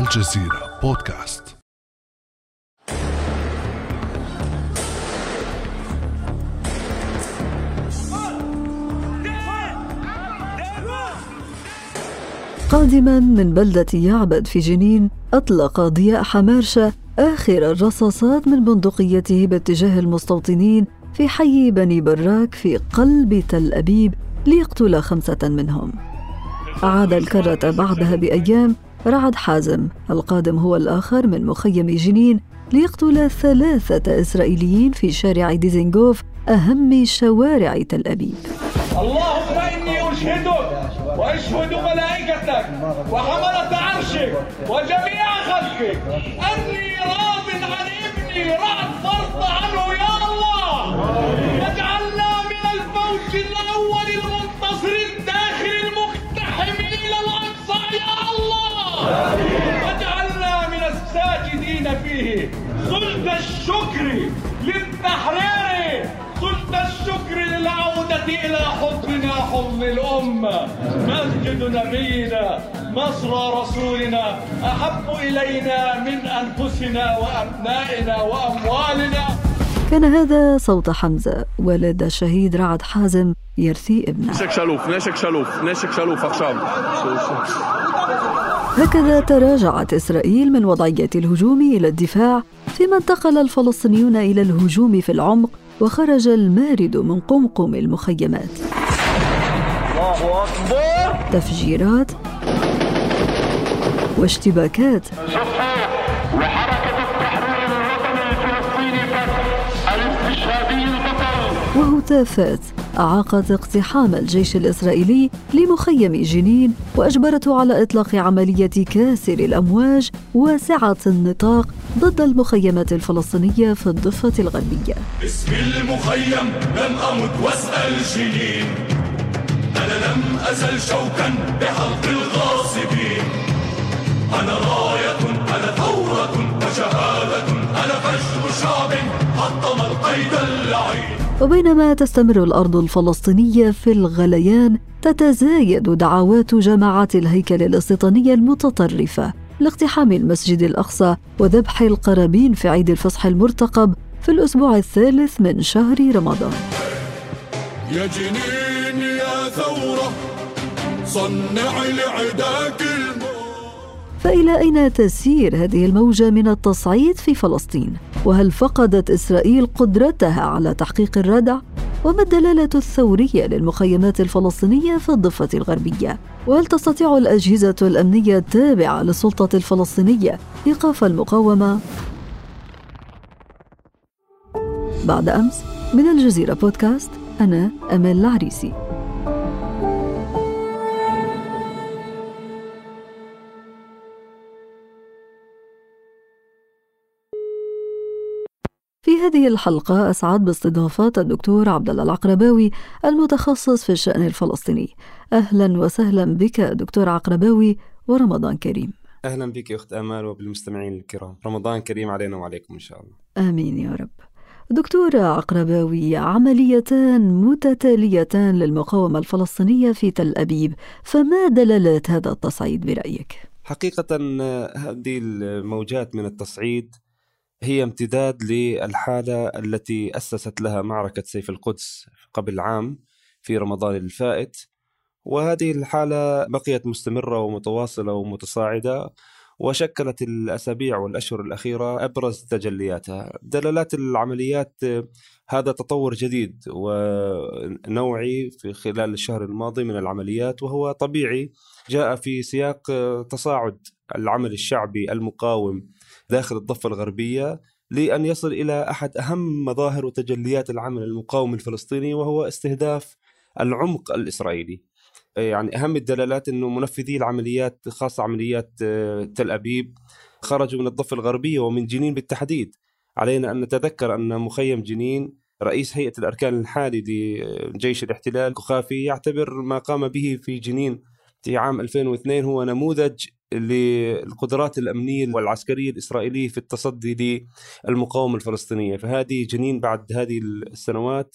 الجزيرة بودكاست. قادما من بلدة يعبد في جنين، أطلق ضياء حمارشة آخر الرصاصات من بندقيته باتجاه المستوطنين في حي بني براك في قلب تل أبيب ليقتل 5 منهم. عاد الكرة بعدها بأيام رعد حازم القادم هو الآخر من مخيم جنين ليقتل 3 إسرائيليين في شارع ديزنغوف أهم شوارع تل أبيب. اللهم إني أشهدك وأشهد ملائكتك وحملة عرشك وجميع خلقك أني راض عن ابني رعد فرض عنه يا الله، واجعلنا من الفوج الأول المنتصر الداخل المقتحم إلى الأقصى يا الله، واجعلنا من الساجدين فيه. صلت الشكر للتحرير، صلت الشكر للعودة إلى حضننا حضن الأمة. مسجد نبينا مصر رسولنا أحب إلينا من أنفسنا وأبنائنا وأموالنا. كان هذا صوت حمزة والد الشهيد رعد حازم يرثي ابنه. نشك شلوف أخشاب. هكذا تراجعت إسرائيل من وضعية الهجوم إلى الدفاع، فيما انتقل الفلسطينيون إلى الهجوم في العمق وخرج المارد من قمقم المخيمات. الله أكبر! تفجيرات واشتباكات وحركة التحرير الوطني الفلسطيني الاستشهادي البطل وهتافات أعاقت اقتحام الجيش الإسرائيلي لمخيم جنين وأجبرته على إطلاق عملية كاسر الأمواج واسعة النطاق ضد المخيمات الفلسطينية في الضفة الغربية. باسم المخيم لم أمت واسأل جنين، أنا لم أزل شوكا بحلق الغاصبين، أنا راية أنا ثورة وشهادة، أنا فجر شعب حطم القيد اللعين. وبينما تستمر الأرض الفلسطينية في الغليان، تتزايد دعوات جماعات الهيكل الاستيطاني المتطرفة لاقتحام المسجد الأقصى وذبح القرابين في عيد الفصح المرتقب في الأسبوع الثالث من شهر رمضان. يا جنين يا ثورة صنع لعداك الموت. فإلى أين تسير هذه الموجة من التصعيد في فلسطين؟ وهل فقدت إسرائيل قدرتها على تحقيق الردع؟ وما الدلالة الثورية للمخيمات الفلسطينية في الضفة الغربية؟ وهل تستطيع الأجهزة الأمنية التابعة للسلطة الفلسطينية إيقاف المقاومة؟ بعد أمس من الجزيرة بودكاست، أنا أمال العريسي. في هذه الحلقة أسعد باستضافة الدكتور عبدالله العقرباوي المتخصص في الشأن الفلسطيني. أهلا وسهلا بك دكتور عقرباوي، ورمضان كريم. أهلا بك أخت أمال وبالمستمعين الكرام، رمضان كريم علينا وعليكم إن شاء الله. آمين يا رب. دكتور عقرباوي، عمليتان متتاليتان للمقاومة الفلسطينية في تل أبيب، فما دلالات هذا التصعيد برأيك؟ حقيقة هذه الموجات من التصعيد هي امتداد للحالة التي أسست لها معركة سيف القدس قبل عام في رمضان الفائت، وهذه الحالة بقيت مستمرة ومتواصلة ومتصاعدة، وشكلت الأسابيع والأشهر الأخيرة أبرز تجلياتها. دلالات العمليات هذا تطور جديد ونوعي في خلال الشهر الماضي من العمليات، وهو طبيعي جاء في سياق تصاعد العمل الشعبي المقاوم داخل الضفة الغربية لأن يصل إلى أحد أهم مظاهر وتجليات العمل المقاوم الفلسطيني، وهو استهداف العمق الإسرائيلي. يعني أهم الدلالات أنه منفذي العمليات خاصة عمليات تل أبيب خرجوا من الضفة الغربية ومن جنين بالتحديد. علينا أن نتذكر أن مخيم جنين رئيس هيئة الأركان الحالي لجيش الاحتلال كخافي يعتبر ما قام به في جنين في عام 2002 هو نموذج للقدرات الأمنية والعسكرية الإسرائيلية في التصدي للمقاومة الفلسطينية. فهذه جنين بعد هذه السنوات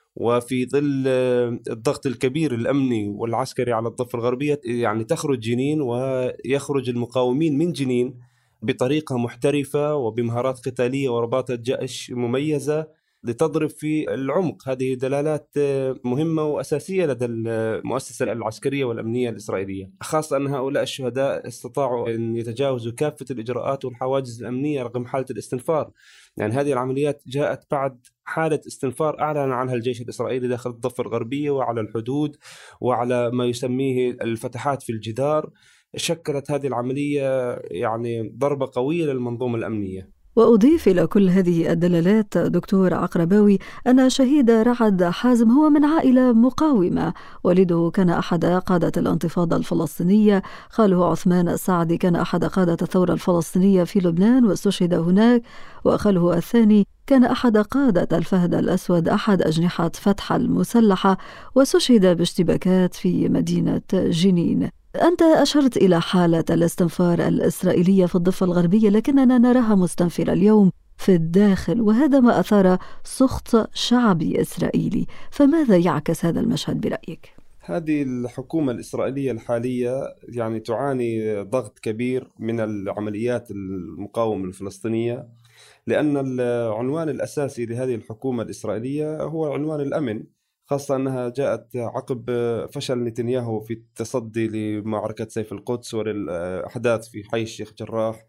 وفي ظل الضغط الكبير الأمني والعسكري على الضفة الغربية يعني تخرج جنين ويخرج المقاومين من جنين بطريقة محترفة وبمهارات قتالية ورباطة جأش مميزة لتضرب في العمق. هذه دلالات مهمة وأساسية لدى المؤسسة العسكرية والأمنية الإسرائيلية، خاصة أن هؤلاء الشهداء استطاعوا أن يتجاوزوا كافة الإجراءات والحواجز الأمنية رغم حالة الاستنفار. يعني هذه العمليات جاءت بعد حالة استنفار أعلن عنها الجيش الإسرائيلي داخل الضفة الغربية وعلى الحدود وعلى ما يسميه الفتحات في الجدار. شكلت هذه العملية يعني ضربة قوية للمنظومة الأمنية. وأضيف إلى كل هذه الدلالات دكتور عقرباوي أن شهيد رعد حازم هو من عائلة مقاومة، والده كان أحد قادة الانتفاضة الفلسطينية، خاله عثمان السعدي كان أحد قادة الثورة الفلسطينية في لبنان واستشهد هناك، وخاله الثاني كان أحد قادة الفهد الأسود أحد أجنحة فتح المسلحة واستشهد باشتباكات في مدينة جنين. أنت أشرت إلى حالة الاستنفار الإسرائيلية في الضفة الغربية، لكننا نراها مستنفرة اليوم في الداخل، وهذا ما أثار سخط شعبي إسرائيلي. فماذا يعكس هذا المشهد برأيك؟ هذه الحكومة الإسرائيلية الحالية يعني تعاني ضغط كبير من العمليات المقاومة الفلسطينية، لأن العنوان الأساسي لهذه الحكومة الإسرائيلية هو عنوان الأمن، خاصة أنها جاءت عقب فشل نتنياهو في التصدي لمعركة سيف القدس وللأحداث في حي الشيخ جراح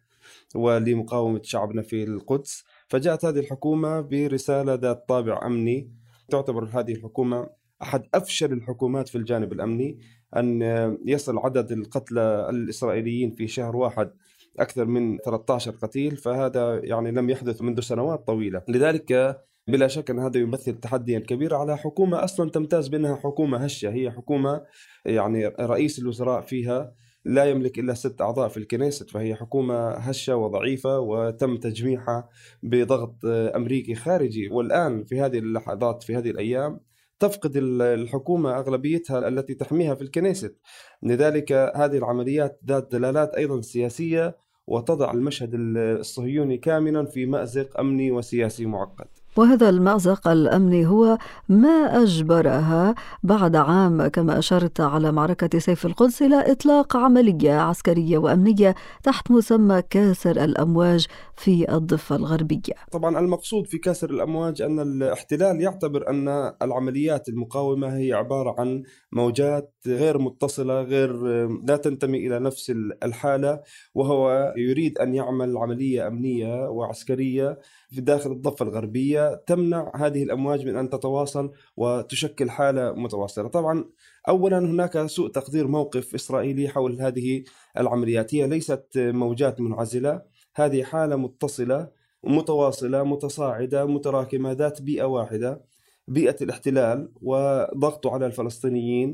ولمقاومة شعبنا في القدس. فجاءت هذه الحكومة برسالة ذات طابع أمني. تعتبر هذه الحكومة أحد أفشل الحكومات في الجانب الأمني، أن يصل عدد القتلى الإسرائيليين في شهر واحد أكثر من 13 قتيل، فهذا يعني لم يحدث منذ سنوات طويلة. لذلك بلا شك أن هذا يمثل تحديا كبيرا على حكومة أصلا تمتاز بأنها حكومة هشة. هي حكومة يعني رئيس الوزراء فيها لا يملك إلا 6 أعضاء في الكنيست، فهي حكومة هشة وضعيفة وتم تجميعها بضغط أمريكي خارجي. والآن في هذه اللحظات في هذه الأيام تفقد الحكومة أغلبيتها التي تحميها في الكنيست. لذلك هذه العمليات ذات دلالات أيضا سياسية وتضع المشهد الصهيوني كاملا في مأزق أمني وسياسي معقد. وهذا المأزق الأمني هو ما أجبرها بعد عام كما أشرت على معركة سيف القدس إلى إطلاق عملية عسكرية وأمنية تحت مسمى كاسر الأمواج في الضفة الغربية. طبعا المقصود في كاسر الأمواج أن الاحتلال يعتبر أن العمليات المقاومة هي عبارة عن موجات غير متصلة، لا تنتمي إلى نفس الحالة، وهو يريد أن يعمل عملية أمنية وعسكرية في داخل الضفة الغربية تمنع هذه الأمواج من أن تتواصل وتشكل حالة متواصلة. طبعا أولا هناك سوء تقدير موقف إسرائيلي حول هذه العمليات. هي ليست موجات منعزلة، هذه حالة متصلة متواصلة متصاعدة متراكمة ذات بيئة واحدة، بيئة الاحتلال وضغطه على الفلسطينيين،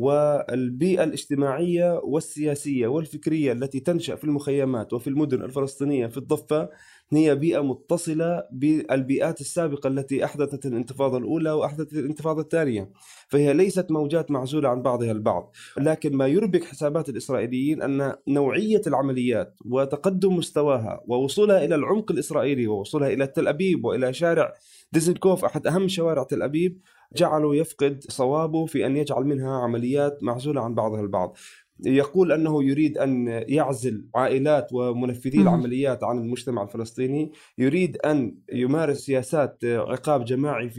والبيئة الاجتماعية والسياسية والفكرية التي تنشأ في المخيمات وفي المدن الفلسطينية في الضفة هي بيئة متصلة بالبيئات السابقة التي أحدثت الانتفاضة الأولى وأحدثت الانتفاضة الثانية. فهي ليست موجات معزولة عن بعضها البعض. لكن ما يربك حسابات الإسرائيليين أن نوعية العمليات وتقدم مستواها ووصولها إلى العمق الإسرائيلي ووصولها إلى تل أبيب وإلى شارع ديزنكوف أحد أهم شوارع تل أبيب جعله يفقد صوابه في أن يجعل منها عمليات معزولة عن بعضها البعض. يقول أنه يريد أن يعزل عائلات ومنفذي العمليات عن المجتمع الفلسطيني، يريد أن يمارس سياسات عقاب جماعي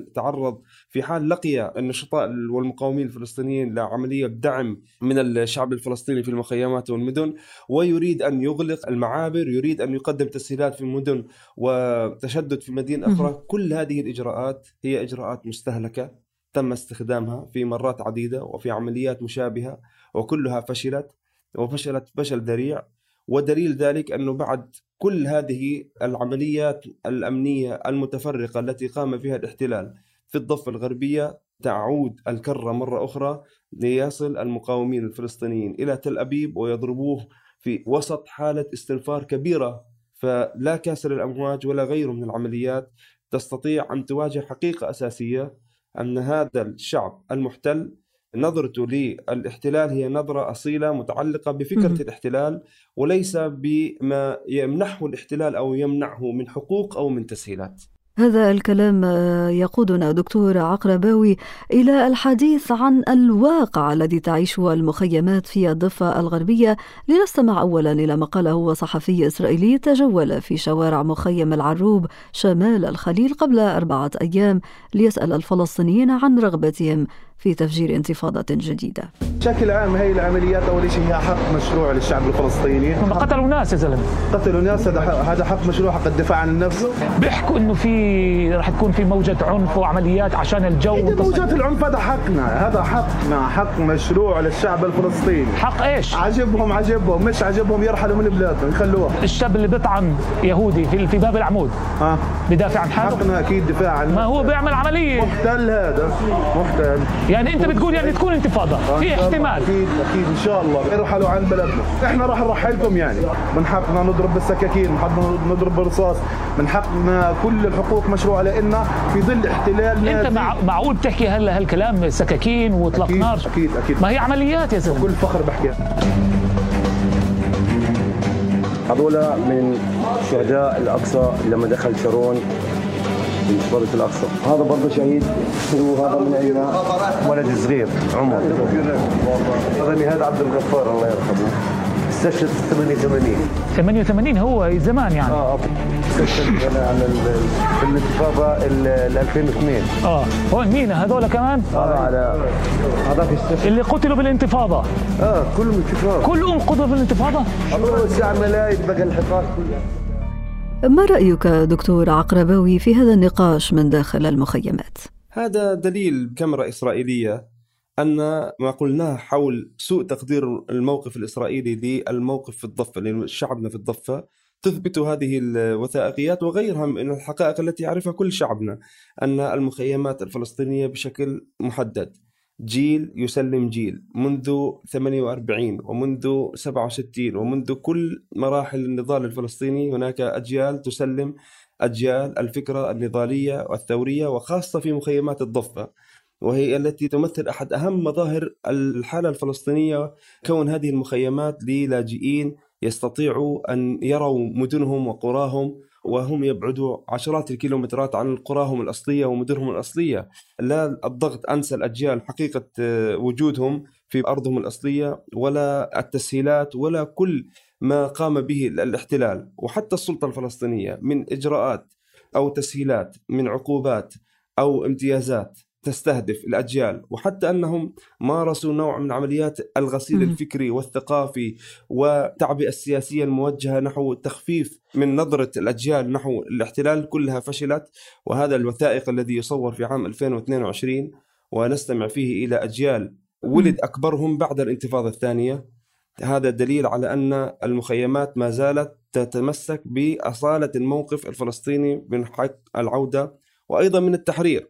في حال لقي النشطاء والمقاومين الفلسطينيين لعملية دعم من الشعب الفلسطيني في المخيمات والمدن، ويريد أن يغلق المعابر، يريد أن يقدم تسهيلات في المدن وتشدد في مدينة أخرى. كل هذه الإجراءات هي إجراءات مستهلكة تم استخدامها في مرات عديدة وفي عمليات مشابهة، وكلها وفشلت فشل ذريع. ودليل ذلك أنه بعد كل هذه العمليات الأمنية المتفرقة التي قام فيها الاحتلال في الضفة الغربية تعود الكرة مرة أخرى ليصل المقاومين الفلسطينيين إلى تل أبيب ويضربوه في وسط حالة استنفار كبيرة. فلا كاسر الأمواج ولا غيره من العمليات تستطيع أن تواجه حقيقة أساسية، أن هذا الشعب المحتل نظرته للاحتلال هي نظرة أصيلة متعلقة بفكرة الاحتلال وليس بما يمنحه الاحتلال أو يمنعه من حقوق أو من تسهيلات. هذا الكلام يقودنا دكتور عقرباوي إلى الحديث عن الواقع الذي تعيشه المخيمات في الضفة الغربية. لنستمع أولا إلى ما قاله صحفي إسرائيلي تجول في شوارع مخيم العروب شمال الخليل قبل 4 أيام ليسأل الفلسطينيين عن رغبتهم في تفجير انتفاضة جديدة. بشكل عام هي العمليات أول شيء هي حق مشروع للشعب الفلسطيني. قتلوا ناس يا زلمة، قتلوا ناس، هذا حق مشروع، حق الدفاع عن النفس. بيحكوا إنه رح تكون في موجة عنف وعمليات عشان الجو. موجات العنف هذا حقنا، هذا حقنا، حق مشروع للشعب الفلسطيني. حق إيش؟ عجبهم مش عجبهم يرحلوا من بلادهم يخلوها. الشاب اللي بيطعن يهودي في باب العمود بدافع عن حاله. حقنا أكيد دفاع عن، ما هو بيعمل عملية محتل، هذا محتل. يعني أنت بتقول يعني تكون انتفاضة في احتمال. أكيد إن شاء الله يرحلوا عن بلدنا. إحنا راح نرحلكم، يعني من حقنا نضرب بالسكاكين، من حقنا نضرب بالرصاص، من حقنا كل الحقوق مشروعة لنا في ظل احتلال نازي. أنت معقول تحكي هالكلام سكاكين وإطلاق نار؟ أكيد ما هي عمليات يا زلمة. كل فخر بحكيها. هذول من شهداء الأقصى لما دخل شارون في انتفاضة الأقصى. هذا برضه شهيد، وهذا من عندنا ولد صغير عمر. هذا عبد الغفار الله يرحمه، استشهد 88 هو زمان يعني. استشهد على في الانتفاضة 2002. هون مين هذول كمان؟ هذا في استشهد اللي قتلوا بالانتفاضة. كلهم انتفاضة، كلهم قتلوا بالانتفاضة. الله الساعة ملايين بقى الحقاق كلها. ما رأيك دكتور عقرباوي في هذا النقاش من داخل المخيمات؟ هذا دليل بكاميرا إسرائيلية أن ما قلناه حول سوء تقدير الموقف الإسرائيلي للموقف في الضفة، لشعبنا في الضفة، تثبت هذه الوثائقيات وغيرها من الحقائق التي يعرفها كل شعبنا، أن المخيمات الفلسطينية بشكل محدد جيل يسلم جيل، منذ 48 ومنذ 67 ومنذ كل مراحل النضال الفلسطيني هناك أجيال تسلم أجيال الفكرة النضالية والثورية، وخاصة في مخيمات الضفة، وهي التي تمثل أحد أهم مظاهر الحالة الفلسطينية، كون هذه المخيمات للاجئين يستطيعوا أن يروا مدنهم وقراهم وهم يبعدوا عشرات الكيلومترات عن قراهم الأصلية ومدنهم الأصلية. لا الضغط أنسى الأجيال حقيقة وجودهم في أرضهم الأصلية، ولا التسهيلات، ولا كل ما قام به الاحتلال وحتى السلطة الفلسطينية من إجراءات أو تسهيلات، من عقوبات أو امتيازات تستهدف الأجيال، وحتى أنهم مارسوا نوع من عمليات الغسيل الفكري والثقافي والتعبئة السياسية الموجهة نحو التخفيف من نظرة الأجيال نحو الاحتلال، كلها فشلت. وهذا الوثائق الذي يصور في عام 2022 ونستمع فيه إلى أجيال ولد أكبرهم بعد الانتفاضة الثانية، هذا دليل على أن المخيمات ما زالت تتمسك بأصالة الموقف الفلسطيني من حق العودة وأيضا من التحرير.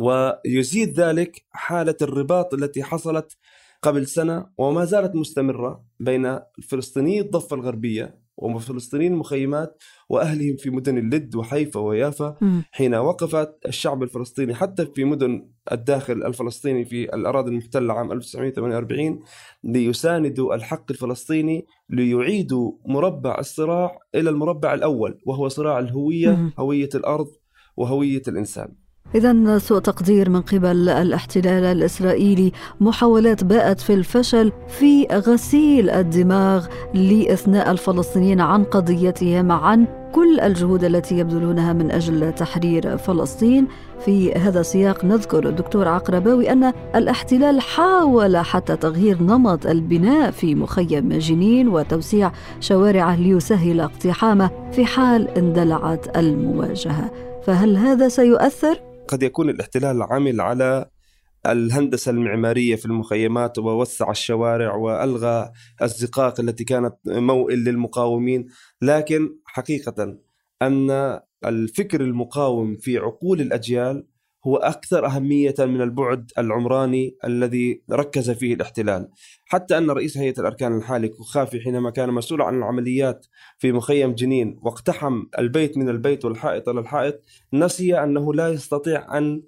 ويزيد ذلك حالة الرباط التي حصلت قبل سنة وما زالت مستمرة بين فلسطيني الضفة الغربية وفلسطينيين المخيمات وأهلهم في مدن اللد وحيفا ويافا، حين وقفت الشعب الفلسطيني حتى في مدن الداخل الفلسطيني في الأراضي المحتلة عام 1948 ليساندوا الحق الفلسطيني، ليعيدوا مربع الصراع إلى المربع الأول، وهو صراع الهوية، هوية الأرض وهوية الإنسان. إذن سوء تقدير من قبل الاحتلال الإسرائيلي، محاولات باءت في الفشل في غسيل الدماغ لإثناء الفلسطينيين عن قضيتهم، عن كل الجهود التي يبذلونها من أجل تحرير فلسطين. في هذا السياق نذكر الدكتور عقرباوي أن الاحتلال حاول حتى تغيير نمط البناء في مخيم جنين وتوسيع شوارعه ليسهل اقتحامه في حال اندلعت المواجهة، فهل هذا سيؤثر؟ قد يكون الاحتلال عمل على الهندسة المعمارية في المخيمات ووسع الشوارع وألغى الزقاق التي كانت موئل للمقاومين، لكن حقيقة أن الفكر المقاوم في عقول الأجيال هو أكثر أهمية من البعد العمراني الذي ركز فيه الاحتلال. حتى أن رئيس هيئة الأركان الحالي كوخافي حينما كان مسؤول عن العمليات في مخيم جنين واقتحم البيت من البيت والحائط إلى الحائط، نسي أنه لا يستطيع أن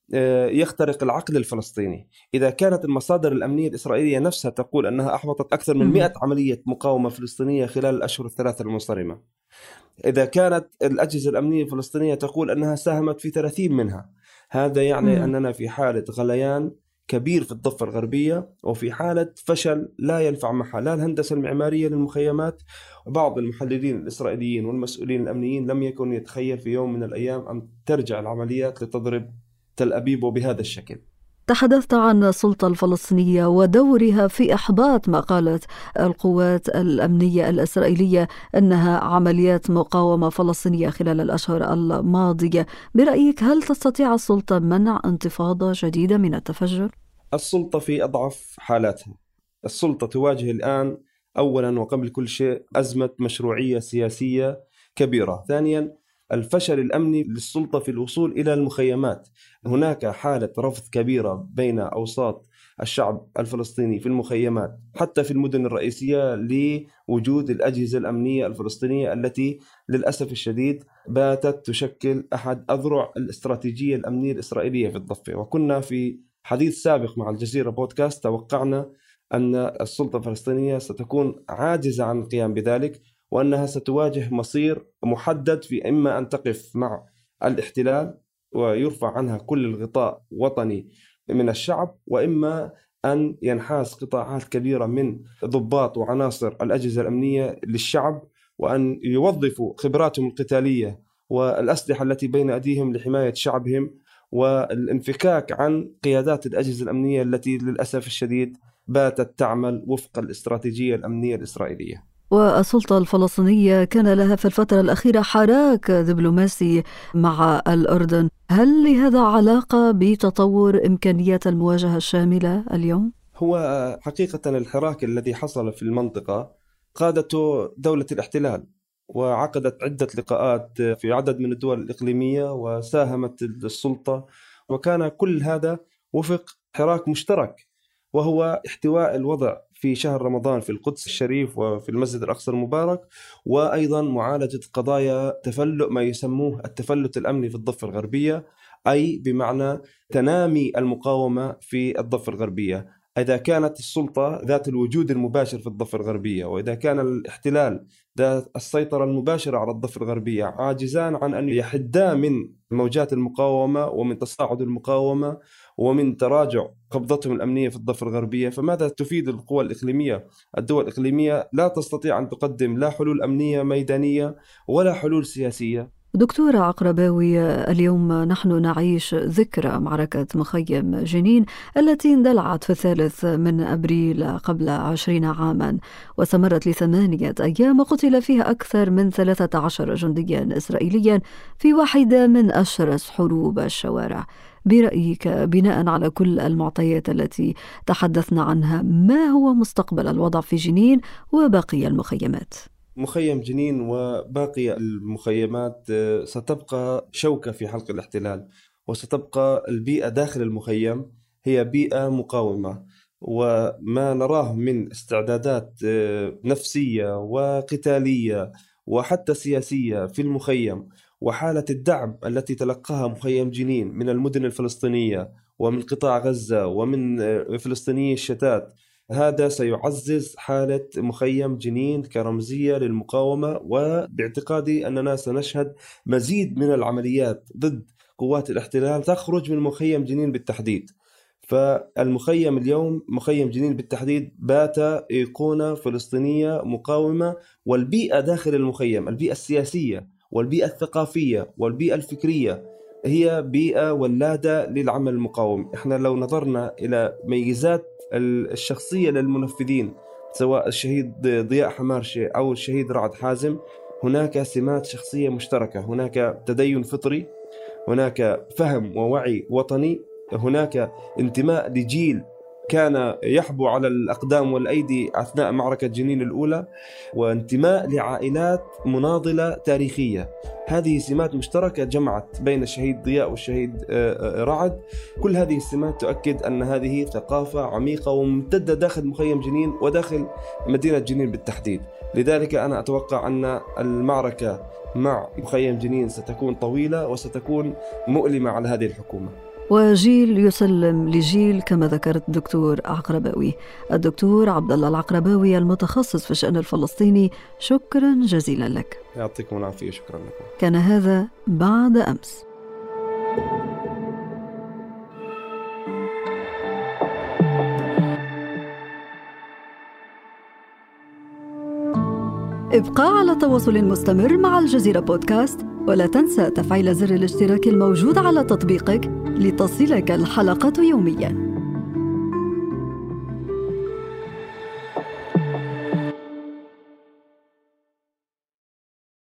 يخترق العقل الفلسطيني. إذا كانت المصادر الأمنية الإسرائيلية نفسها تقول أنها أحبطت أكثر من 100 عملية مقاومة فلسطينية خلال الأشهر الثلاثة المنصرمة، إذا كانت الأجهزة الأمنية الفلسطينية تقول أنها ساهمت في 30 منها، هذا يعني أننا في حالة غليان كبير في الضفة الغربية، وفي حالة فشل لا ينفع معها لا الهندسة المعمارية للمخيمات. وبعض المحللين الإسرائيليين والمسؤولين الأمنيين لم يكن يتخيل في يوم من الأيام أن ترجع العمليات لتضرب تل أبيب وبهذا الشكل. تحدثت عن السلطة الفلسطينية ودورها في إحباط ما قالت القوات الأمنية الإسرائيلية أنها عمليات مقاومة فلسطينية خلال الأشهر الماضية. برأيك هل تستطيع السلطة منع انتفاضة جديدة من التفجر؟ السلطة في أضعف حالاتها. السلطة تواجه الآن أولا وقبل كل شيء أزمة مشروعية سياسية كبيرة. ثانيا الفشل الأمني للسلطة في الوصول إلى المخيمات. هناك حالة رفض كبيرة بين أوساط الشعب الفلسطيني في المخيمات حتى في المدن الرئيسية لوجود الأجهزة الأمنية الفلسطينية التي للأسف الشديد باتت تشكل أحد أذرع الاستراتيجية الأمنية الإسرائيلية في الضفة. وكنا في حديث سابق مع الجزيرة بودكاست توقعنا أن السلطة الفلسطينية ستكون عاجزة عن القيام بذلك، وأنها ستواجه مصير محدد في إما أن تقف مع الاحتلال ويرفع عنها كل الغطاء وطني من الشعب، وإما أن ينحاز قطاعات كبيرة من ضباط وعناصر الأجهزة الأمنية للشعب، وأن يوظفوا خبراتهم القتالية والأسلحة التي بين أيديهم لحماية شعبهم، والانفكاك عن قيادات الأجهزة الأمنية التي للأسف الشديد باتت تعمل وفق الاستراتيجية الأمنية الإسرائيلية. والسلطة الفلسطينية كان لها في الفترة الأخيرة حراك دبلوماسي مع الأردن، هل لهذا علاقة بتطور إمكانيات المواجهة الشاملة اليوم؟ هو حقيقة الحراك الذي حصل في المنطقة قادته دولة الاحتلال، وعقدت عدة لقاءات في عدد من الدول الإقليمية وساهمت السلطة، وكان كل هذا وفق حراك مشترك، وهو احتواء الوضع في شهر رمضان في القدس الشريف وفي المسجد الأقصى المبارك، وأيضا معالجة قضايا تفلت ما يسموه التفلت الأمني في الضفة الغربية، أي بمعنى تنامي المقاومة في الضفة الغربية. إذا كانت السلطة ذات الوجود المباشر في الضفة الغربية، وإذا كان الاحتلال ذات السيطرة المباشرة على الضفة الغربية، عاجزان عن أن يحدا من موجات المقاومة ومن تصاعد المقاومة ومن تراجع قبضتهم الأمنية في الضفة الغربية، فماذا تفيد القوى الإقليمية؟ الدول الإقليمية لا تستطيع أن تقدم لا حلول أمنية ميدانية ولا حلول سياسية. دكتورة عقرباوي، اليوم نحن نعيش ذكرى معركة مخيم جنين التي اندلعت في 3 أبريل قبل 20 عاما واستمرت ل8 أيام، وقتل فيها أكثر من 13 جنديا إسرائيليا في واحدة من أشرس حروب الشوارع. برأيك بناء على كل المعطيات التي تحدثنا عنها، ما هو مستقبل الوضع في جنين وباقي المخيمات؟ مخيم جنين وباقي المخيمات ستبقى شوكة في حلق الاحتلال، وستبقى البيئة داخل المخيم هي بيئة مقاومة، وما نراه من استعدادات نفسية وقتالية وحتى سياسية في المخيم، وحالة الدعم التي تلقاها مخيم جنين من المدن الفلسطينية ومن قطاع غزة ومن فلسطيني الشتات، هذا سيعزز حالة مخيم جنين كرمزية للمقاومة. وباعتقادي أننا سنشهد مزيد من العمليات ضد قوات الاحتلال تخرج من مخيم جنين بالتحديد. فالمخيم اليوم، مخيم جنين بالتحديد، بات أيقونة فلسطينية مقاومة، والبيئة داخل المخيم، البيئة السياسية والبيئة الثقافية والبيئة الفكرية، هي بيئة ولادة للعمل المقاوم. احنا لو نظرنا إلى ميزات الشخصية للمنفذين، سواء الشهيد ضياء حمارشة أو الشهيد رعد حازم، هناك سمات شخصية مشتركة، هناك تدين فطري، هناك فهم ووعي وطني، هناك انتماء لجيل كان يحبو على الأقدام والأيدي أثناء معركة جنين الأولى، وانتماء لعائلات مناضلة تاريخية. هذه سمات مشتركة جمعت بين الشهيد ضياء والشهيد رعد. كل هذه السمات تؤكد أن هذه ثقافة عميقة وممتدة داخل مخيم جنين وداخل مدينة جنين بالتحديد. لذلك أنا أتوقع أن المعركة مع مخيم جنين ستكون طويلة وستكون مؤلمة على هذه الحكومة. وجيل يسلم لجيل كما ذكرت الدكتور عقرباوي. الدكتور عبد الله العقرباوي المتخصص في الشأن الفلسطيني، شكرا جزيلا لك. يعطيكم العافية. شكرا لكم. كان هذا بعد أمس. ابقى على تواصل مستمر مع الجزيرة بودكاست، ولا تنسى تفعيل زر الاشتراك الموجود على تطبيقك لتصلك الحلقة يومياً.